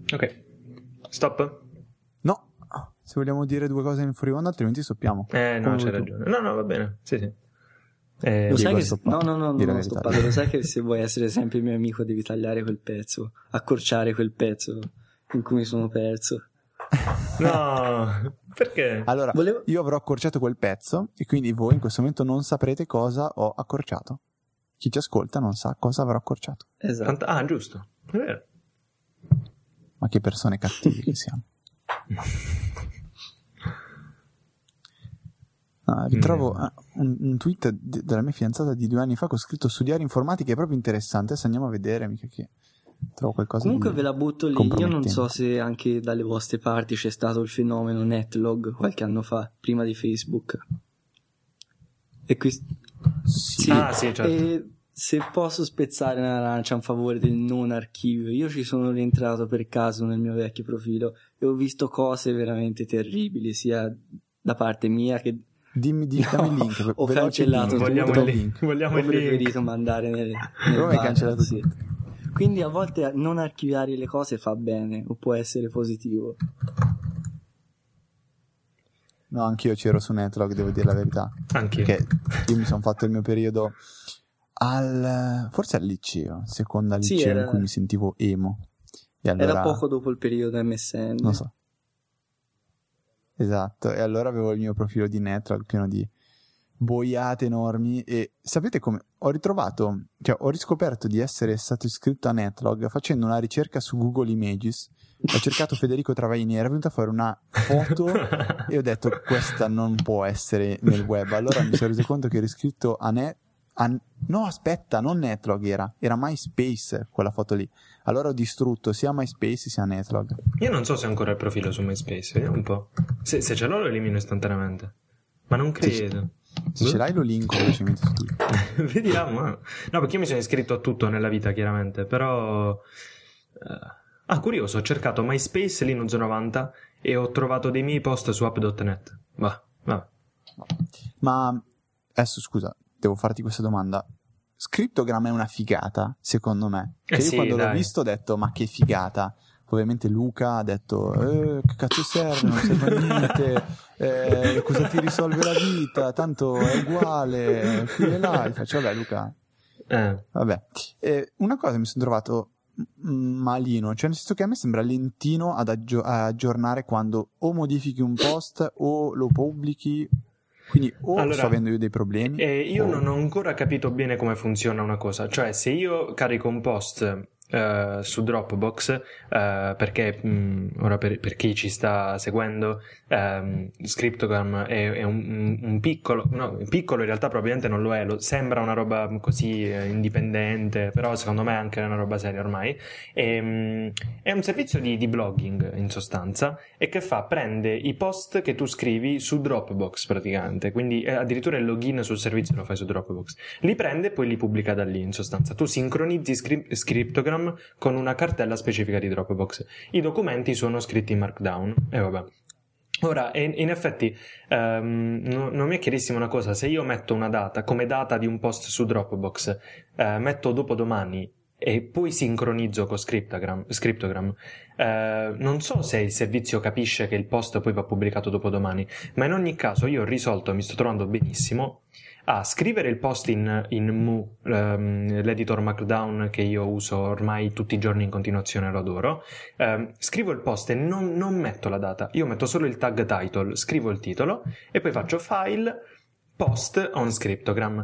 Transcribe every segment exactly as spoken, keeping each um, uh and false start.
Ok, stop? No, se vogliamo dire due cose in fuori onda, altrimenti stoppiamo. Eh no, Come c'hai vuoi tu. ragione. No, no, va bene, sì, sì. Eh, Lo sai Diego, che... stoppato. No, no, no, Di la non ho verità. stoppato. Lo sai che se vuoi essere sempre il mio amico devi tagliare quel pezzo, accorciare quel pezzo in cui mi sono perso. No, perché? Allora, Volevo- io avrò accorciato quel pezzo e quindi voi in questo momento non saprete cosa ho accorciato. Chi ci ascolta non sa cosa avrò accorciato. Esatto. Fant- ah, giusto, è vero. Ma che persone cattive che siamo. No, ritrovo Mm. eh, un, un tweet di- della mia fidanzata di due anni fa con scritto studiare informatica, è proprio interessante. Adesso andiamo a vedere, mica che trovo qualcosa Comunque di ve la butto lì. Io non compromettente. so se anche dalle vostre parti c'è stato il fenomeno Netlog qualche anno fa, prima di Facebook. E qui Sì. Ah, sì, certo. E se posso spezzare una lancia in favore del non archivio, io ci sono rientrato per caso nel mio vecchio profilo e ho visto cose veramente terribili, sia da parte mia che Dimmi, dimmi, No, dammi il link. ho veloce cancellato link, Vogliamo tutto il link. Vogliamo ho il link. preferito mandare nel, nel Come hai banner, cancellato sì. Quindi a volte non archiviare le cose fa bene o può essere positivo. No, anch'io c'ero su Netlog, devo dire la verità. Anch'io. Perché io mi sono fatto il mio periodo al forse al liceo, seconda Sì, liceo era- in cui mi sentivo emo. E allora Era poco dopo il periodo M S N. non so. Esatto, e allora avevo il mio profilo di Netlog pieno di boiate enormi e sapete come ho ritrovato, cioè ho riscoperto di essere stato iscritto a Netlog facendo una ricerca su Google Images. Ho cercato Federico Travaini, era venuta fuori una foto e ho detto questa non può essere nel web. Allora mi sono reso conto che ero iscritto a Net a... no aspetta, non Netlog era era MySpace quella foto lì. Allora ho distrutto sia MySpace sia Netlog. Io non so se ho ancora il profilo su MySpace, vediamo un po'. Se, se ce l'ho lo elimino istantaneamente. Ma non credo. Se ce l'hai lo linko velocemente su Twitter. Vediamo. eh. No, perché io mi sono iscritto a tutto nella vita, chiaramente, però... eh, Ah, curioso, ho cercato MySpace Linux novanta e ho trovato dei miei post su app punto net. Va, va. Ma adesso scusa, devo farti questa domanda. Scriptogram è una figata, secondo me. Cioè, Eh io sì, quando l'ho dai. visto ho detto, ma che figata. Ovviamente Luca ha detto, eh, che cazzo serve, non serve a niente, eh, cosa ti risolve la vita, tanto è uguale, qui e là. E faccio, vabbè Luca, Eh. vabbè. Eh, una cosa mi sono trovato mm, malino, cioè nel senso che a me sembra lentino ad aggio- a aggiornare quando o modifichi un post o lo pubblichi. Quindi o Allora, sto avendo io dei problemi E io o- non ho ancora capito bene come funziona una cosa, cioè se io carico un post eh, su Dropbox, eh, perché mh, ora per, per chi ci sta seguendo, ehm, Scriptogram è, è un, un piccolo, no, piccolo in realtà probabilmente non lo è, lo, sembra una roba così eh, indipendente, però secondo me è anche una roba seria ormai. E, mh, è un servizio di, di blogging in sostanza, e che fa? Prende i post che tu scrivi su Dropbox praticamente, quindi eh, addirittura il login sul servizio lo fai su Dropbox, li prende e poi li pubblica da lì. In sostanza tu sincronizzi Scrip- Scriptogram con una cartella specifica di Dropbox, i documenti sono scritti in Markdown e vabbè. Ora, in, in effetti ehm, no, non mi è chiarissima una cosa: se io metto una data come data di un post su Dropbox, eh, metto dopodomani e poi sincronizzo con Scriptogram, Scriptogram eh, non so se il servizio capisce che il post poi va pubblicato dopodomani, ma in ogni caso io ho risolto, mi sto trovando benissimo a scrivere il post in, in Mu, ehm, l'editor Markdown che io uso ormai tutti i giorni in continuazione, lo adoro. Ehm, scrivo il post e non, non metto la data, io metto solo il tag title, scrivo il titolo e poi faccio file post on Scriptogram,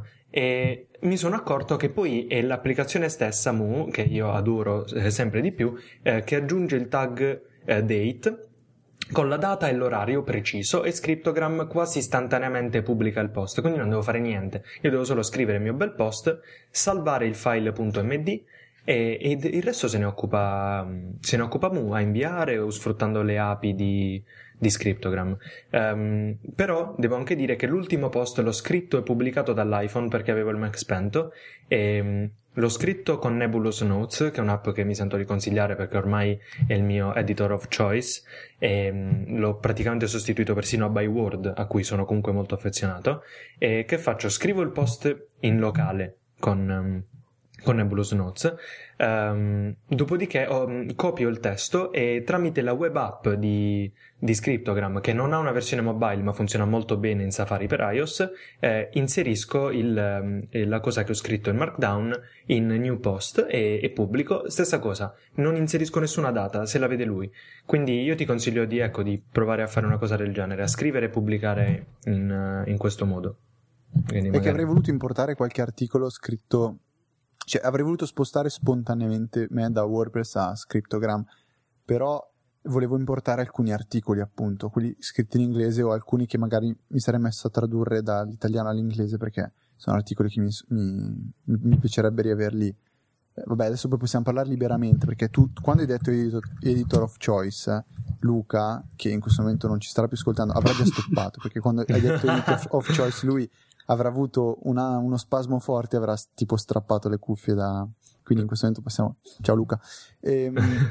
e mi sono accorto che poi è l'applicazione stessa Mu, che io adoro eh, sempre di più, eh, che aggiunge il tag eh, date con la data e l'orario preciso, e Scriptogram quasi istantaneamente pubblica il post, quindi non devo fare niente, io devo solo scrivere il mio bel post, salvare il file .md e, e il resto se ne occupa se ne occupa Mu a inviare o sfruttando le A P I di, di Scriptogram. Um, però devo anche dire che l'ultimo post l'ho scritto e pubblicato dall'iPhone perché avevo il Mac spento, e um, l'ho scritto con Nebulous Notes, che è un'app che mi sento di consigliare perché ormai è il mio editor of choice, e um, l'ho praticamente sostituito persino a Byword, a cui sono comunque molto affezionato. E che faccio? Scrivo il post in locale con, um, con Nebulous Notes. Um, dopodiché oh, copio il testo e tramite la web app di, di Scriptogram, che non ha una versione mobile ma funziona molto bene in Safari per iOS, eh, inserisco il, eh, la cosa che ho scritto in Markdown in New Post e, e pubblico. Stessa cosa, non inserisco nessuna data, se la vede lui. Quindi io ti consiglio di, ecco, di provare a fare una cosa del genere, a scrivere e pubblicare in, in questo modo. Quindi Perché magari... avrei voluto importare qualche articolo scritto, cioè avrei voluto spostare spontaneamente me da WordPress a Scriptogram, però volevo importare alcuni articoli, appunto, quelli scritti in inglese o alcuni che magari mi sarei messo a tradurre dall'italiano all'inglese, perché sono articoli che mi, mi, mi piacerebbe riaverli. Eh, vabbè, adesso poi possiamo parlare liberamente, perché tu, quando hai detto editor, editor of choice, eh, Luca, che in questo momento non ci starà più ascoltando, avrà già stoppato, perché quando hai detto editor of choice lui avrà avuto una, uno spasmo forte, avrà tipo strappato le cuffie da... Quindi in questo momento possiamo... Ciao Luca. E,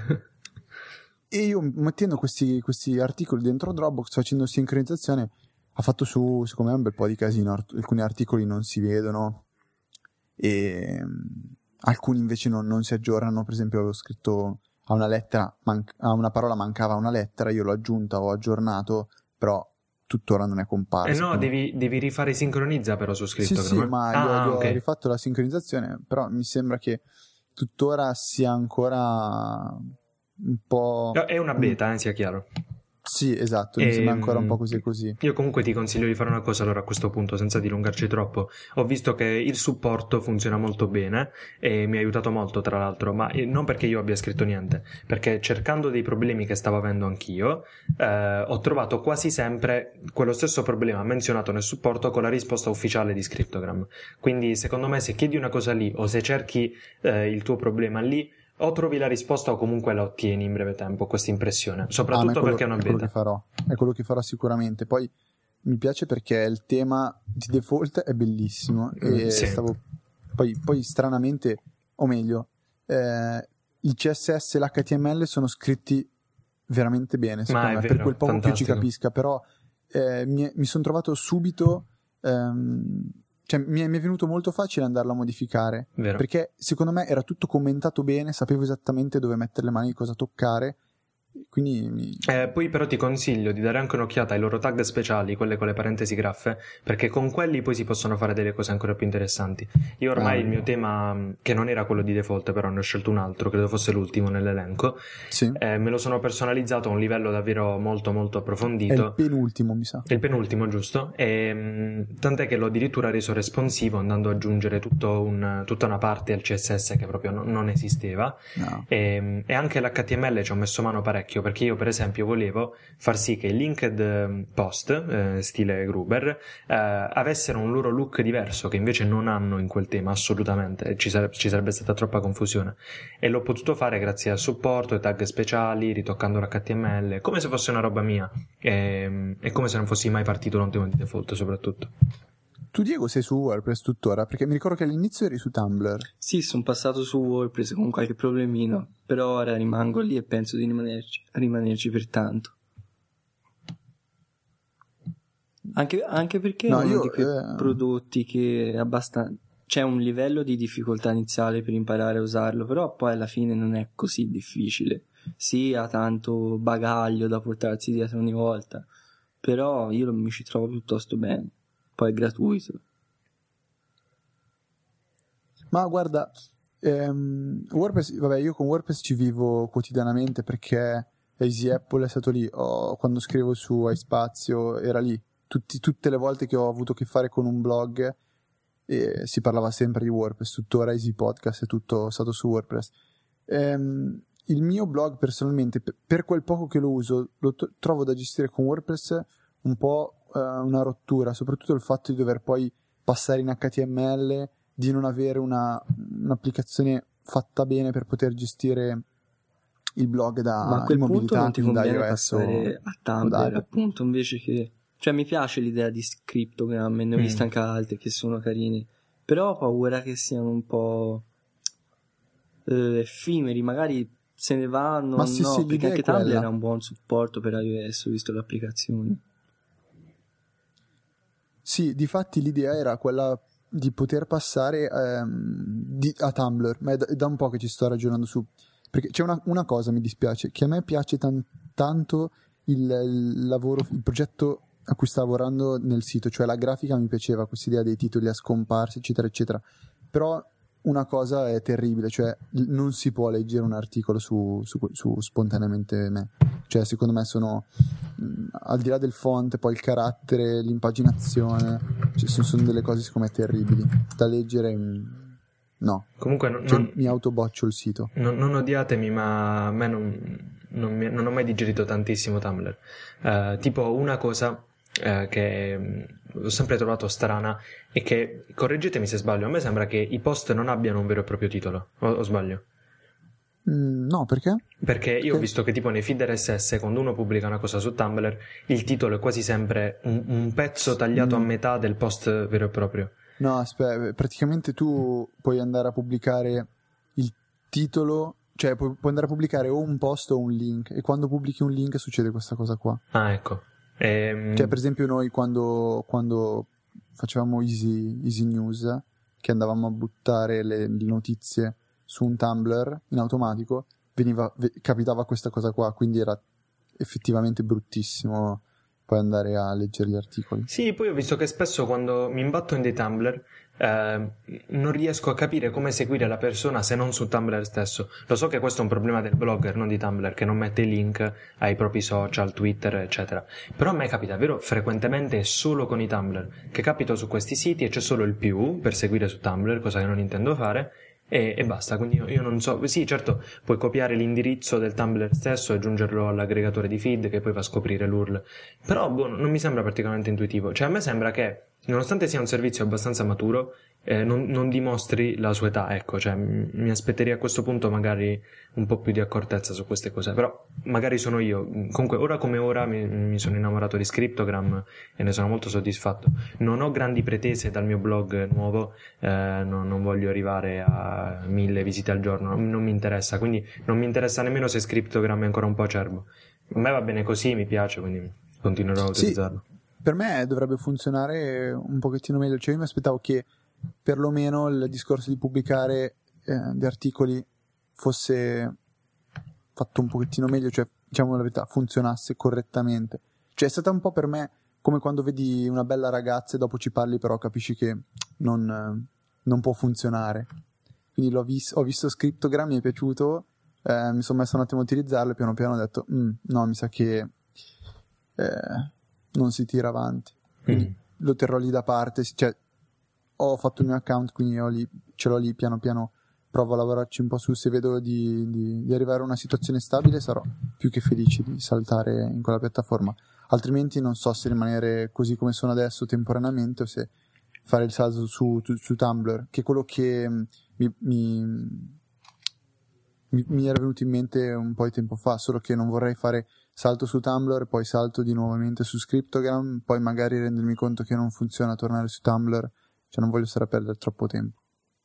e io mettendo questi, questi articoli dentro Dropbox, facendo sincronizzazione, ha fatto su, secondo me, un bel po' di casino. Alcuni articoli non si vedono e alcuni invece non, non si aggiornano. Per esempio avevo scritto a una lettera, man- a una parola mancava una lettera, io l'ho aggiunta, ho aggiornato, però tuttora non è comparso. Eh no, quindi... devi, devi rifare sincronizza però su scritto. Sì, sì, ma io, ah, io okay. ho rifatto la sincronizzazione, però mi sembra che tuttora sia ancora un po'... È una beta, eh, sia chiaro. Sì, esatto, mi e, sembra ancora un po' così così. Io comunque ti consiglio di fare una cosa allora a questo punto, senza dilungarci troppo. Ho visto che il supporto funziona molto bene e mi ha aiutato molto, tra l'altro, ma non perché io abbia scritto niente, perché cercando dei problemi che stavo avendo anch'io, eh, ho trovato quasi sempre quello stesso problema menzionato nel supporto con la risposta ufficiale di Scriptogram. Quindi secondo me se chiedi una cosa lì o se cerchi eh, il tuo problema lì, o trovi la risposta o comunque la ottieni in breve tempo, questa impressione, soprattutto ah, è quello, perché è una è quello beta. Che farò. È quello che farò sicuramente. Poi mi piace perché il tema di default è bellissimo e sì. stavo poi, poi stranamente, o meglio, eh, il C S S e l'H T M L sono scritti veramente bene, secondo me, vero, per quel poco fantastico. che io ci capisca, però eh, mi, mi sono trovato subito ehm, cioè mi è, mi è venuto molto facile andarlo a modificare, Vero. perché secondo me era tutto commentato bene, sapevo esattamente dove mettere le mani, cosa toccare, quindi mi... eh, poi però ti consiglio di dare anche un'occhiata ai loro tag speciali, quelle con le parentesi graffe, perché con quelli poi si possono fare delle cose ancora più interessanti. Io ormai ah, il mio tema, che non era quello di default, però ne ho scelto un altro, credo fosse l'ultimo nell'elenco, sì. eh, me lo sono personalizzato a un livello davvero molto molto approfondito. È il penultimo, mi sa. Il penultimo, giusto? E, mh, tant'è che l'ho addirittura reso responsivo, andando ad aggiungere tutto un, tutta una parte al C S S che proprio no, non esisteva. No. E, e anche l'H T M L ci ho messo mano parecchio, perché io per esempio volevo far sì che i linked post, eh, stile Gruber, eh, avessero un loro look diverso, che invece non hanno in quel tema assolutamente, ci sarebbe, ci sarebbe stata troppa confusione, e l'ho potuto fare grazie al supporto, ai tag speciali, ritoccando l'H T M L, come se fosse una roba mia, e, e come se non fossi mai partito da un tema di default soprattutto. Tu Diego sei su WordPress tuttora? Perché mi ricordo che all'inizio eri su Tumblr. Sì, sono passato su WordPress con qualche problemino, però ora rimango lì e penso di rimanerci, rimanerci per tanto. Anche, anche perché No, è uno io, di quei eh... prodotti che è abbastanza... c'è un livello di difficoltà iniziale per imparare a usarlo, però poi alla fine non è così difficile. Sì, ha tanto bagaglio da portarsi dietro ogni volta, però io mi ci trovo piuttosto bene. Poi è gratuito. Ma guarda, ehm, WordPress, vabbè, io con WordPress ci vivo quotidianamente perché Easy Apple è stato lì. Oh, quando scrivo su iSpazio era lì. Tutti, tutte le volte che ho avuto a che fare con un blog e si parlava sempre di WordPress. Tuttora Easy Podcast è tutto stato su WordPress. Ehm, il mio blog personalmente, per quel poco che lo uso, lo to- trovo da gestire con WordPress un po' una rottura, soprattutto il fatto di dover poi passare in H T M L, di non avere una, un'applicazione fatta bene per poter gestire il blog da ma a quel punto non ti conviene passare a Tumblr, appunto, invece che, cioè mi piace l'idea di Scriptogram e ne ho mm. viste anche altre che sono carini, però ho paura che siano un po' eh, effimeri, magari se ne vanno, ma sì, no, sì, perché anche Tumblr quella. era un buon supporto per iOS, ho visto le applicazioni. Sì, difatti l'idea era quella di poter passare ehm, di, a Tumblr, ma è da, è da un po' che ci sto ragionando su, perché c'è una, una cosa mi dispiace, che a me piace tan, tanto il, il lavoro, il progetto a cui sta lavorando nel sito, cioè la grafica mi piaceva, questa idea dei titoli a scomparsi eccetera eccetera, però una cosa è terribile, cioè non si può leggere un articolo su, su, su spontaneamente me, cioè secondo me sono mh, al di là del font, poi il carattere, l'impaginazione, cioè, sono, sono delle cose secondo me terribili da leggere, mh, no, comunque non, cioè, non, mi autoboccio il sito. non, non odiatemi, ma a me non, non, mi, non ho mai digerito tantissimo Tumblr. Uh, tipo una cosa Uh, che mh, ho sempre trovato strana e che, correggetemi se sbaglio, a me sembra che i post non abbiano un vero e proprio titolo, o, o sbaglio? Mm, no, perché? Perché io perché? ho visto che tipo nei feed R S S, quando uno pubblica una cosa su Tumblr, il titolo è quasi sempre un, un pezzo tagliato mm. a metà del post vero e proprio. No, aspetta, praticamente tu puoi andare a pubblicare il titolo, cioè puoi, puoi andare a pubblicare o un post o un link, e quando pubblichi un link succede questa cosa qua. Ah, ecco. Ehm... Cioè per esempio noi quando, quando facevamo Easy, Easy News, che andavamo a buttare le, le notizie su un Tumblr in automatico, veniva, capitava questa cosa qua, quindi era effettivamente bruttissimo poi andare a leggere gli articoli. Sì, poi ho visto che spesso quando mi imbatto in dei Tumblr eh, non riesco a capire come seguire la persona se non su Tumblr stesso. Lo so che questo è un problema del blogger, non di Tumblr, che non mette i link ai propri social, Twitter eccetera, però a me capita vero frequentemente solo con i Tumblr, che capito su questi siti e c'è solo il più per seguire su Tumblr, cosa che non intendo fare, e, e basta. Quindi io, io non so, sì certo puoi copiare l'indirizzo del Tumblr stesso e aggiungerlo all'aggregatore di feed che poi va a scoprire l'U R L, però boh, non mi sembra particolarmente intuitivo. Cioè a me sembra che nonostante sia un servizio abbastanza maturo eh, non, non dimostri la sua età, ecco, cioè m- mi aspetterei a questo punto magari un po' più di accortezza su queste cose, però magari sono io. Comunque ora come ora mi, mi sono innamorato di Scriptogram e ne sono molto soddisfatto. Non ho grandi pretese dal mio blog nuovo, eh, no, non voglio arrivare a mille visite al giorno, non, non mi interessa, quindi non mi interessa nemmeno se Scriptogram è ancora un po' acerbo. A me va bene così, mi piace, quindi continuerò a utilizzarlo. Sì, per me dovrebbe funzionare un pochettino meglio, cioè io mi aspettavo che perlomeno il discorso di pubblicare eh, gli articoli fosse fatto un pochettino meglio, cioè diciamo la verità, funzionasse correttamente. Cioè è stata un po' per me come quando vedi una bella ragazza e dopo ci parli però capisci che non, eh, non può funzionare. Quindi l'ho vis- ho visto Scriptogram, mi è piaciuto, eh, mi sono messo un attimo a utilizzarlo e piano piano ho detto mm, no, mi sa che eh, non si tira avanti, quindi mm. lo terrò lì da parte, cioè ho fatto il mio account, quindi ho lì, ce l'ho lì, piano piano provo a lavorarci un po' su, se vedo di, di, di arrivare a una situazione stabile sarò più che felice di saltare in quella piattaforma, altrimenti non so se rimanere così come sono adesso temporaneamente o se fare il salto su, su, su Tumblr, che è quello che mi, mi, mi, mi era venuto in mente un po' di tempo fa, solo che non vorrei fare salto su Tumblr, poi salto di nuovamente su Scriptogram, poi magari rendermi conto che non funziona tornare su Tumblr, cioè non voglio stare a perdere troppo tempo.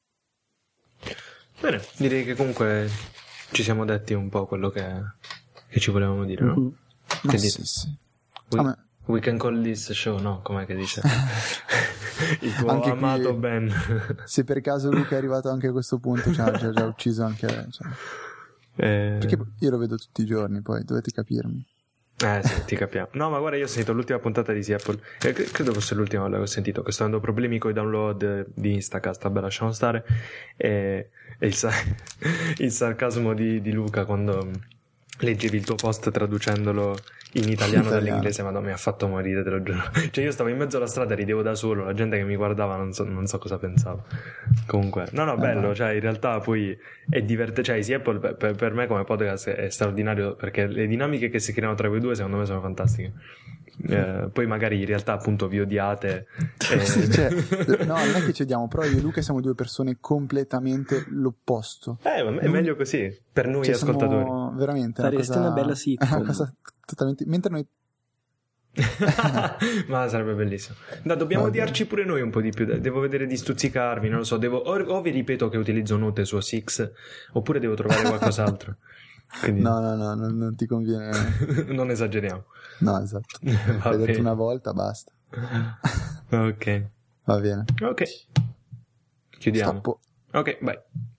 Bene, direi che comunque ci siamo detti un po' quello che, che ci volevamo dire, no? Mm-hmm. Che sì, dite? Sì. We, me... we can call this show, no? Com'è che dice? Il tuo anche amato qui, Ben. Se per caso Luca è arrivato anche a questo punto, ci ha già, già ucciso anche lei, cioè. Eh... Perché io lo vedo tutti i giorni, poi dovete capirmi. Eh sì, ti capiamo. No, ma guarda, io ho sentito l'ultima puntata di Apple, eh, credo fosse l'ultima che ho sentito, che sto avendo problemi con i download di Instacast, vabbè, lasciamo stare, e, e il, sa- il sarcasmo di, di Luca quando leggevi il tuo post traducendolo in italiano, italiano. dall'inglese, ma no, mi ha fatto morire, te lo giuro. Cioè io stavo in mezzo alla strada e ridevo da solo, la gente che mi guardava non so, non so cosa pensava. Comunque, no no, bello, eh, no. Cioè in realtà poi è divertente, cioè Easy Apple per, per me come podcast è straordinario, perché le dinamiche che si creano tra voi due secondo me sono fantastiche. Eh, poi magari in realtà appunto vi odiate e... sì, cioè, no, non è che ci odiamo, però io e Luca siamo due persone completamente l'opposto. Eh, ma è noi... meglio così per noi, cioè, ascoltatori, veramente fareste una, cosa... una bella sitcom. Una cosa totalmente, mentre noi ma sarebbe bellissimo. No, dobbiamo Vabbè. odiarci pure noi un po' di più. Devo vedere di stuzzicarvi, non lo so, devo o, o vi ripeto che utilizzo Note su O S X, oppure devo trovare qualcos'altro. Quindi... no no no non, non ti conviene. Non esageriamo. No, esatto. L'hai detto una volta, basta. Ok, va bene. Ok, Chiudiamo. Stoppo. Ok, vai.